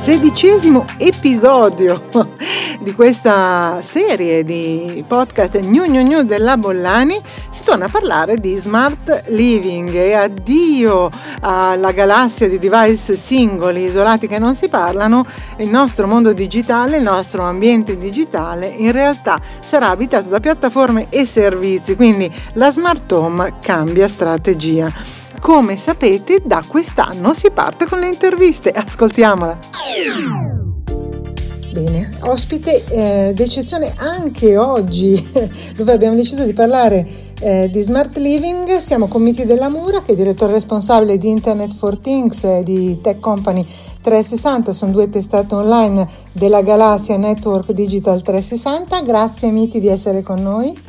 16° episodio di questa serie di podcast New della Bollani. Si torna a parlare di smart living e addio alla galassia di device singoli, isolati che non si parlano. Il nostro mondo digitale, il nostro ambiente digitale in realtà sarà abitato da piattaforme e servizi, quindi la smart home cambia strategia. Come sapete, da quest'anno si parte con le interviste, ascoltiamola. Bene, ospite d'eccezione anche oggi, dove abbiamo deciso di parlare di smart living. Siamo con Miti Della Mura, che è direttore responsabile di Internet for Things e di Tech Company 360, sono due testate online della galassia Network Digital 360. Grazie Miti di essere con noi.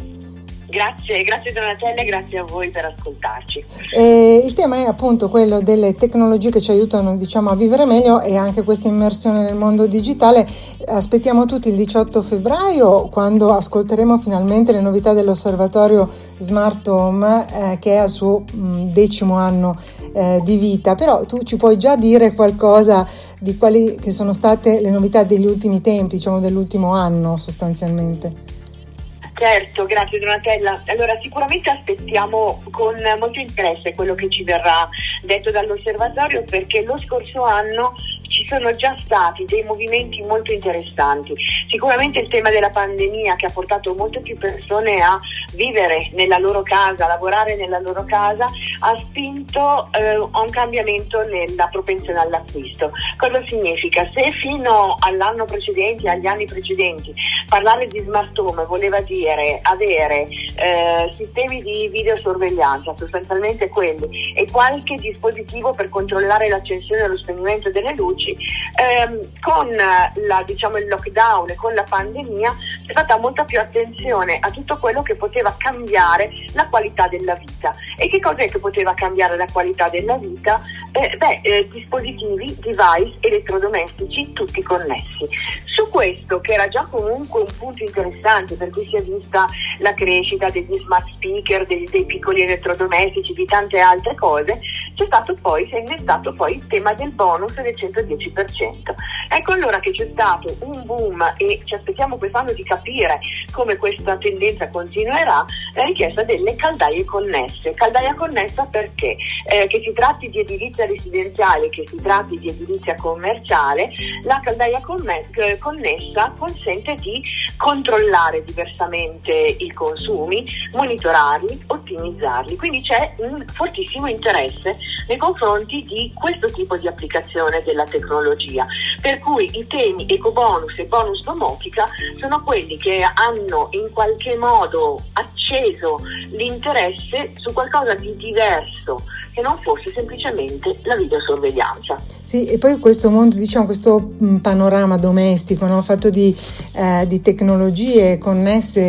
Grazie Donatella e grazie a voi per ascoltarci. Il tema è appunto quello delle tecnologie che ci aiutano, a vivere meglio e anche questa immersione nel mondo digitale. Aspettiamo tutti il 18 febbraio quando ascolteremo finalmente le novità dell'osservatorio Smart Home che è al suo 10° anno di vita. Però tu ci puoi già dire qualcosa di quali che sono state le novità degli ultimi tempi, dell'ultimo anno sostanzialmente? Certo, grazie Donatella. Allora, sicuramente aspettiamo con molto interesse quello che ci verrà detto dall'osservatorio, perché lo scorso anno ci sono già stati dei movimenti molto interessanti. Sicuramente il tema della pandemia, che ha portato molte più persone a vivere nella loro casa, a lavorare nella loro casa, ha spinto a un cambiamento nella propensione all'acquisto. Cosa significa? Se fino all'anno precedente, agli anni precedenti, parlare di smart home voleva dire avere sistemi di videosorveglianza, sostanzialmente quelli, e qualche dispositivo per controllare l'accensione e lo spegnimento delle luci, con il lockdown e con la pandemia c'è stata molta più attenzione a tutto quello che poteva cambiare la qualità della vita. E che cos'è che poteva cambiare la qualità della vita? Dispositivi, device, elettrodomestici, tutti connessi. Su questo, che era già comunque un punto interessante, per cui si è vista la crescita degli smart speaker, dei piccoli elettrodomestici, di tante altre cose, si è innestato poi il tema del bonus del 110%. Ecco allora che c'è stato un boom, e ci aspettiamo quest'anno di capire come questa tendenza continuerà, la richiesta delle caldaie connesse. Caldaia connessa perché? Che si tratti di edilizia residenziale, che si tratti di edilizia commerciale, la caldaia connessa consente di controllare diversamente i consumi, monitorarli, ottimizzarli. Quindi c'è un fortissimo interesse nei confronti di questo tipo di applicazione della tecnologia, per cui i temi ecobonus e bonus domotica sono quelli che hanno in qualche modo acceso l'interesse su qualcosa di diverso, che non fosse semplicemente la videosorveglianza. Sì, e poi questo mondo, questo panorama domestico, fatto di tecnologie connesse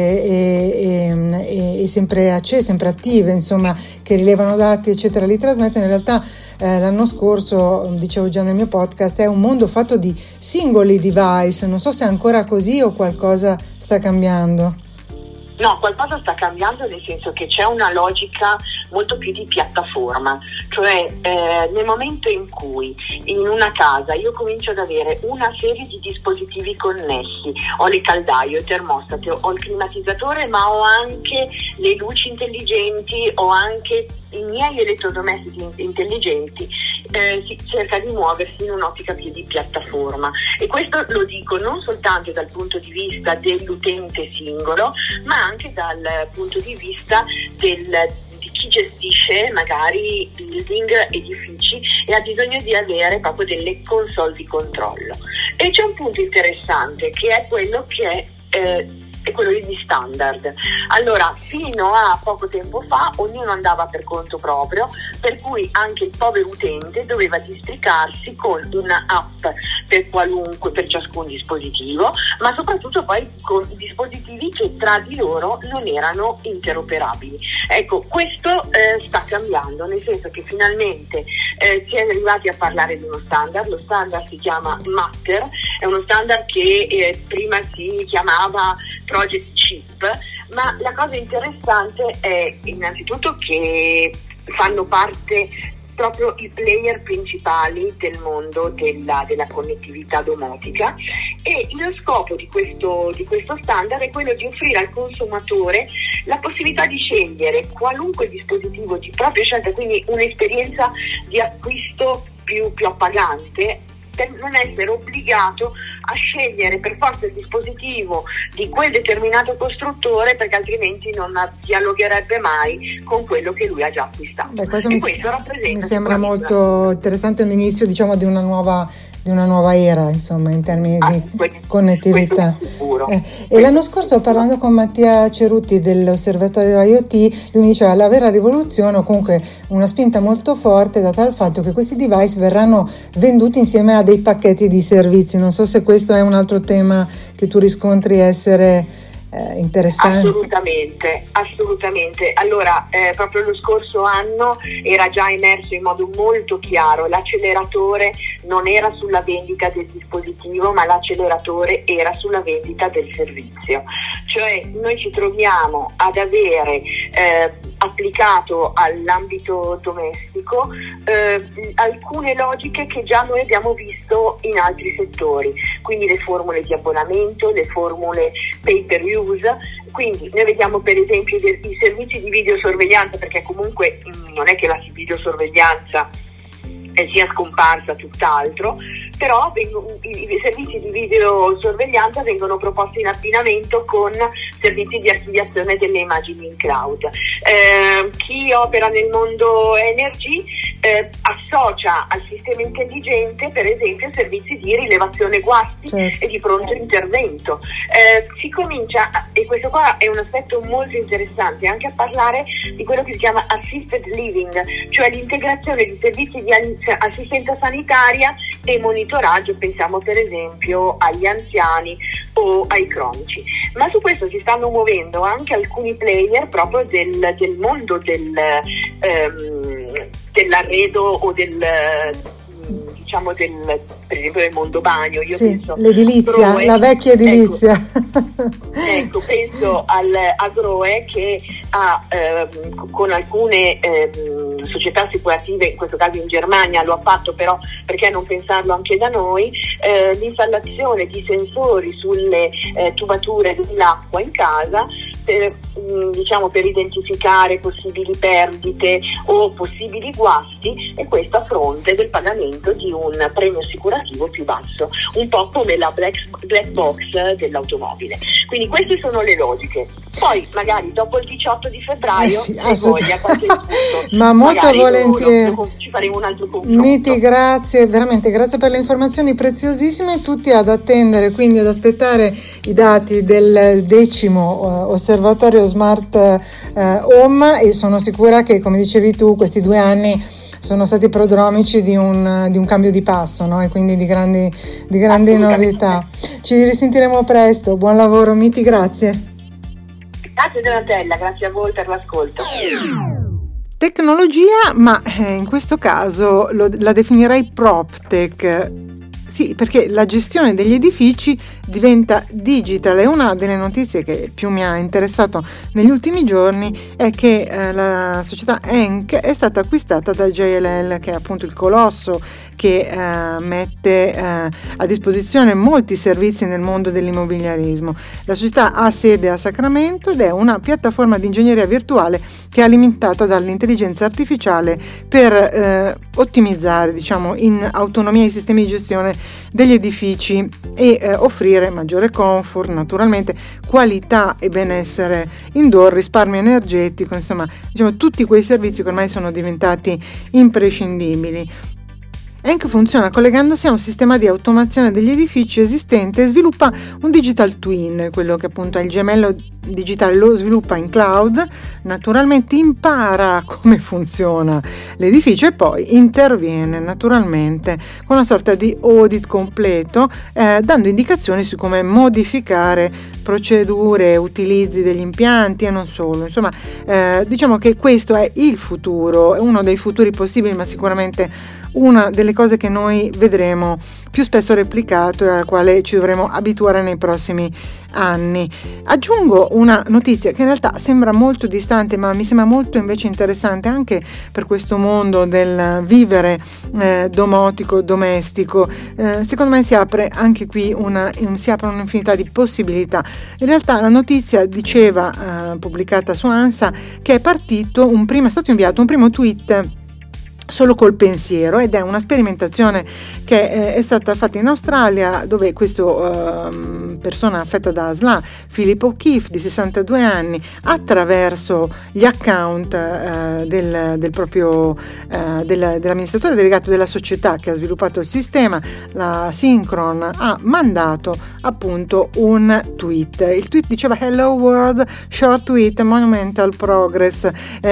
e sempre accese, sempre attive, che rilevano dati, eccetera, li trasmettono. In realtà l'anno scorso, dicevo già nel mio podcast, è un mondo fatto di singoli device. Non so se è ancora così o qualcosa sta cambiando. No, qualcosa sta cambiando, nel senso che c'è una logica molto più di piattaforma, cioè nel momento in cui in una casa io comincio ad avere una serie di dispositivi connessi, ho le caldaie, ho i termostati, ho il climatizzatore, ma ho anche le luci intelligenti, ho anche i miei elettrodomestici intelligenti, si cerca di muoversi in un'ottica più di piattaforma. E questo lo dico non soltanto dal punto di vista dell'utente singolo, ma anche dal punto di vista di chi gestisce magari building, edifici, e ha bisogno di avere proprio delle console di controllo. E c'è un punto interessante, che è quello che è quello degli standard. Allora, fino a poco tempo fa ognuno andava per conto proprio, per cui anche il povero utente doveva districarsi con una app per ciascun dispositivo, ma soprattutto poi con dispositivi che tra di loro non erano interoperabili. Ecco, questo sta cambiando, nel senso che finalmente si è arrivati a parlare di uno standard. Lo standard si chiama Matter, è uno standard che prima si chiamava Project Chip, ma la cosa interessante è innanzitutto che fanno parte proprio i player principali del mondo della connettività domotica, e lo scopo di questo standard è quello di offrire al consumatore la possibilità di scegliere qualunque dispositivo di propria scelta, quindi un'esperienza di acquisto più appagante, per non essere obbligato a scegliere per forza il dispositivo di quel determinato costruttore, perché altrimenti non dialogherebbe mai con quello che lui ha già acquistato. Questo mi sembra molto interessante all'inizio, diciamo, di una nuova era, insomma, in termini di connettività. E l'anno scorso, parlando con Mattia Cerutti dell'Osservatorio IoT, lui mi diceva la vera rivoluzione, o comunque una spinta molto forte, data dal fatto che questi device verranno venduti insieme a dei pacchetti di servizi. Non so se questo è un altro tema che tu riscontri essere interessante. Assolutamente. Allora, proprio lo scorso anno era già emerso in modo molto chiaro: l'acceleratore non era sulla vendita del dispositivo, ma l'acceleratore era sulla vendita del servizio. Cioè noi ci troviamo ad avere applicato all'ambito domestico alcune logiche che già noi abbiamo visto in altri settori, quindi le formule di abbonamento, le formule pay per use. Quindi noi vediamo per esempio i servizi di videosorveglianza, perché comunque non è che la videosorveglianza sia scomparsa, tutt'altro, però i servizi di videosorveglianza vengono proposti in abbinamento con servizi di archiviazione delle immagini in cloud. Chi opera nel mondo energy associa al sistema intelligente, per esempio, servizi di rilevazione guasti e di pronto intervento. Si comincia, e questo qua è un aspetto molto interessante, anche a parlare di quello che si chiama assisted living, cioè l'integrazione di servizi di assistenza sanitaria e monitoraggio. Pensiamo per esempio agli anziani o ai cronici. Ma su questo si stanno muovendo anche alcuni player proprio del mondo dell'arredo o per esempio del mondo bagno. Io penso l'edilizia, Grohe, la vecchia edilizia. Ecco, penso a Grohe, che ha con alcune società assicurative, in questo caso in Germania lo ha fatto, però perché non pensarlo anche da noi, l'installazione di sensori sulle tubature dell'acqua in casa per identificare possibili perdite o possibili guasti, e questo a fronte del pagamento di un premio assicurativo più basso, un po' come la black box dell'automobile. Quindi queste sono le logiche. Poi magari dopo il 18 di febbraio voglia qualche spunto, ma molto volentieri ci faremo un altro confronto. Miti, grazie, veramente grazie per le informazioni preziosissime. Tutti ad attendere, quindi ad aspettare i dati del 10° osservatorio Smart Home, e sono sicura che, come dicevi tu, questi 2 anni sono stati prodromici di un cambio di passo, no? E quindi di grandi novità. Ci risentiremo presto. Buon lavoro, Miti, grazie. Grazie Donatella, grazie a voi per l'ascolto. Tecnologia, ma in questo caso la definirei PropTech. Sì, perché la gestione degli edifici diventa digital. E una delle notizie che più mi ha interessato negli ultimi giorni è che la società Henk è stata acquistata da JLL, che è appunto il colosso che mette a disposizione molti servizi nel mondo dell'immobiliarismo. La società ha sede a Sacramento ed è una piattaforma di ingegneria virtuale che è alimentata dall'intelligenza artificiale per ottimizzare, diciamo, in autonomia i sistemi di gestione degli edifici e offrire maggiore comfort, naturalmente qualità e benessere indoor, risparmio energetico, insomma, diciamo, tutti quei servizi che ormai sono diventati imprescindibili. Henk funziona collegandosi a un sistema di automazione degli edifici esistente e sviluppa un digital twin, quello che appunto è il gemello digitale, lo sviluppa in cloud, naturalmente impara come funziona l'edificio e poi interviene naturalmente con una sorta di audit completo, dando indicazioni su come modificare procedure, utilizzi degli impianti e non solo. Insomma, diciamo che questo è il futuro, è uno dei futuri possibili, ma sicuramente una delle cose che noi vedremo più spesso replicato e alla quale ci dovremo abituare nei prossimi anni. Aggiungo una notizia che in realtà sembra molto distante, ma mi sembra molto invece interessante anche per questo mondo del vivere domotico, domestico. Secondo me si apre anche qui si apre un'infinità di possibilità. In realtà la notizia diceva, pubblicata su ANSA, che è stato inviato un primo tweet solo col pensiero, ed è una sperimentazione che è stata fatta in Australia, dove questa persona affetta da ASLA, Philip O'Keefe, di 62 anni, attraverso gli account dell'amministratore delegato della società che ha sviluppato il sistema, la Synchron, ha mandato appunto un tweet. Il tweet diceva: "Hello world, short tweet, monumental progress",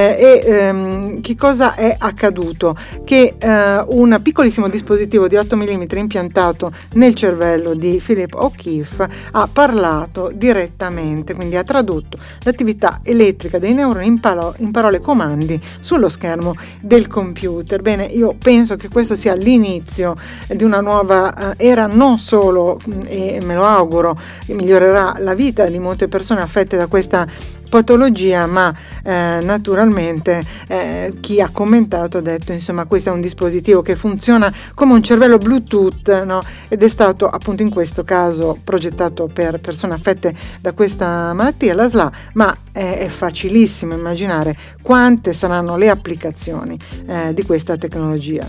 che cosa è accaduto? Che un piccolissimo dispositivo di 8 mm impiantato nel cervello di Philip O'Keefe ha parlato direttamente, quindi ha tradotto l'attività elettrica dei neuroni in parole comandi sullo schermo del computer. Bene, io penso che questo sia l'inizio di una nuova era, non solo, e me lo auguro, migliorerà la vita di molte persone affette da questa patologia, ma naturalmente chi ha commentato ha detto, insomma, questo è un dispositivo che funziona come un cervello Bluetooth, no? Ed è stato appunto in questo caso progettato per persone affette da questa malattia, la SLA, ma è facilissimo immaginare quante saranno le applicazioni di questa tecnologia.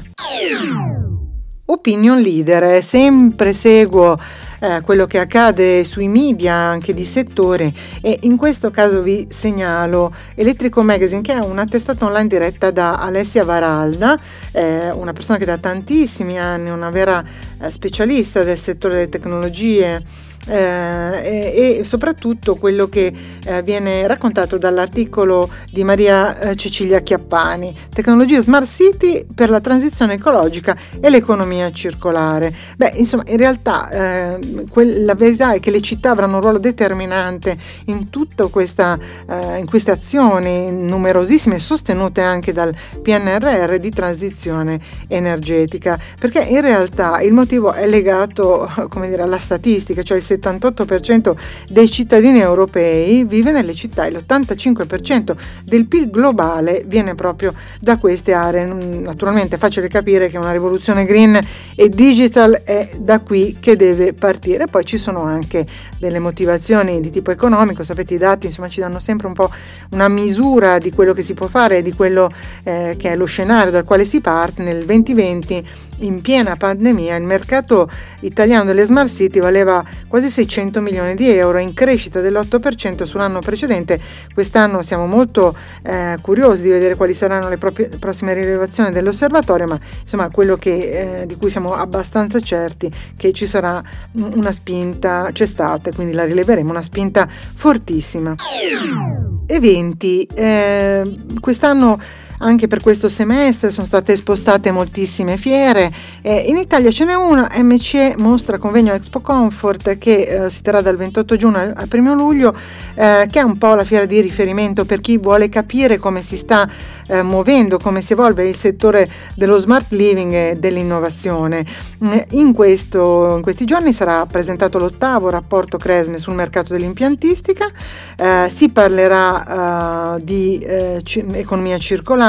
Opinion leader, sempre seguo quello che accade sui media anche di settore, e in questo caso vi segnalo Electrico Magazine, che è una testata online diretta da Alessia Varalda, una persona che da tantissimi anni è una vera specialista del settore delle tecnologie, e soprattutto quello che viene raccontato dall'articolo di Maria Cecilia Chiappani, Tecnologie Smart City per la transizione ecologica e l'economia circolare. Insomma, in realtà la verità è che le città avranno un ruolo determinante in tutta in queste azioni numerosissime, sostenute anche dal PNRR, di transizione energetica, perché in realtà il motivo è legato, alla statistica, cioè il 78% dei cittadini europei vive nelle città e l'85% del PIL globale viene proprio da queste aree. Naturalmente è facile capire che una rivoluzione green e digital è da qui che deve partire. Poi ci sono anche delle motivazioni di tipo economico, sapete, i dati ci danno sempre un po' una misura di quello che si può fare, di quello che è lo scenario dal quale si parte. Nel 2020, in piena pandemia, il mercato italiano delle smart city valeva quasi 600 milioni di euro, in crescita dell'8% sull'anno precedente. Quest'anno siamo molto curiosi di vedere quali saranno le prossime rilevazioni dell'osservatorio, ma insomma quello di cui siamo abbastanza certi che ci sarà una spinta, c'è stata, quindi la rileveremo, una spinta fortissima. Eventi, quest'anno anche per questo semestre sono state spostate moltissime fiere. In Italia ce n'è una, MCE Mostra Convegno Expo Comfort, che si terrà dal 28 giugno al 1 luglio, che è un po' la fiera di riferimento per chi vuole capire come si sta muovendo, come si evolve il settore dello smart living e dell'innovazione. In questi giorni sarà presentato l'8º rapporto Cresme sul mercato dell'impiantistica, si parlerà di economia circolare,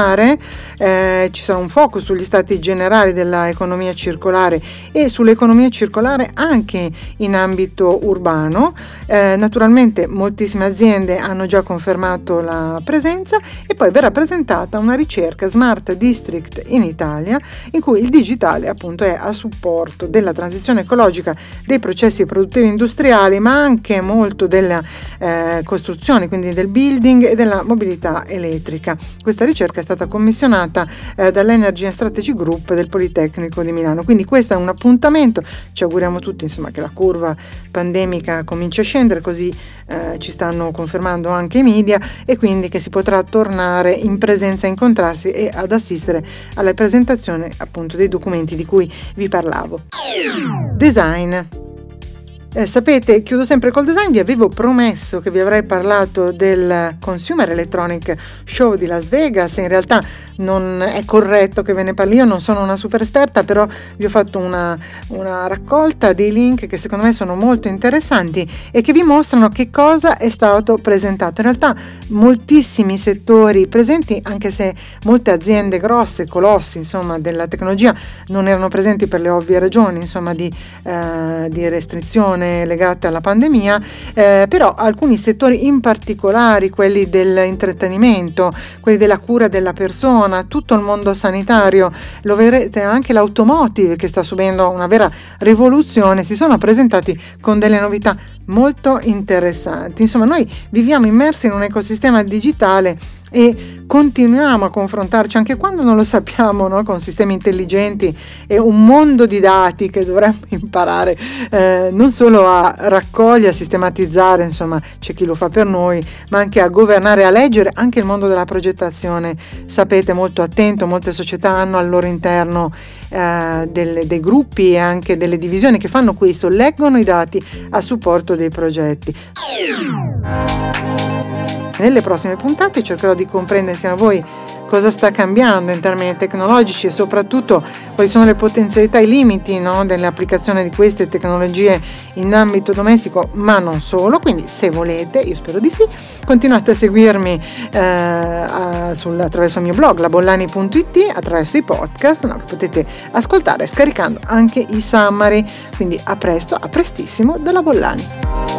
ci sarà un focus sugli stati generali della economia circolare e sull'economia circolare anche in ambito urbano. Naturalmente moltissime aziende hanno già confermato la presenza, e poi verrà presentata una ricerca Smart District in Italia, in cui il digitale appunto è a supporto della transizione ecologica dei processi produttivi industriali, ma anche molto della costruzione, quindi del building e della mobilità elettrica. Questa ricerca è stata commissionata dall'Energy and Strategy Group del Politecnico di Milano, quindi questo è un appuntamento. Ci auguriamo tutti che la curva pandemica cominci a scendere, così ci stanno confermando anche i media, e quindi che si potrà tornare in presenza, a incontrarsi e ad assistere alla presentazione appunto dei documenti di cui vi parlavo. Design. Sapete, chiudo sempre col design. Vi avevo promesso che vi avrei parlato del Consumer Electronic Show di Las Vegas. In realtà non è corretto che ve ne parli. Io non sono una super esperta, però vi ho fatto una raccolta dei link che secondo me sono molto interessanti e che vi mostrano che cosa è stato presentato. In realtà moltissimi settori presenti, anche se molte aziende grosse, colossi insomma della tecnologia non erano presenti per le ovvie ragioni insomma di restrizione legate alla pandemia, però alcuni settori in particolare, quelli dell'intrattenimento, quelli della cura della persona, tutto il mondo sanitario, lo vedrete anche l'automotive che sta subendo una vera rivoluzione, si sono presentati con delle novità molto interessanti. Insomma, noi viviamo immersi in un ecosistema digitale e continuiamo a confrontarci anche quando non lo sappiamo, no? Con sistemi intelligenti e un mondo di dati che dovremmo imparare non solo a raccogliere, a sistematizzare, insomma c'è chi lo fa per noi, ma anche a governare, a leggere. Anche il mondo della progettazione, sapete, molto attento, molte società hanno al loro interno dei gruppi e anche delle divisioni che fanno questo, leggono i dati a supporto dei progetti. Nelle prossime puntate cercherò di comprendere insieme a voi cosa sta cambiando in termini tecnologici e soprattutto quali sono le potenzialità e i limiti, no, dell'applicazione di queste tecnologie in ambito domestico, ma non solo. Quindi se volete, io spero di sì, continuate a seguirmi attraverso il mio blog labollani.it, attraverso i podcast, no, che potete ascoltare scaricando anche i summary. Quindi a presto, a prestissimo dalla Bollani.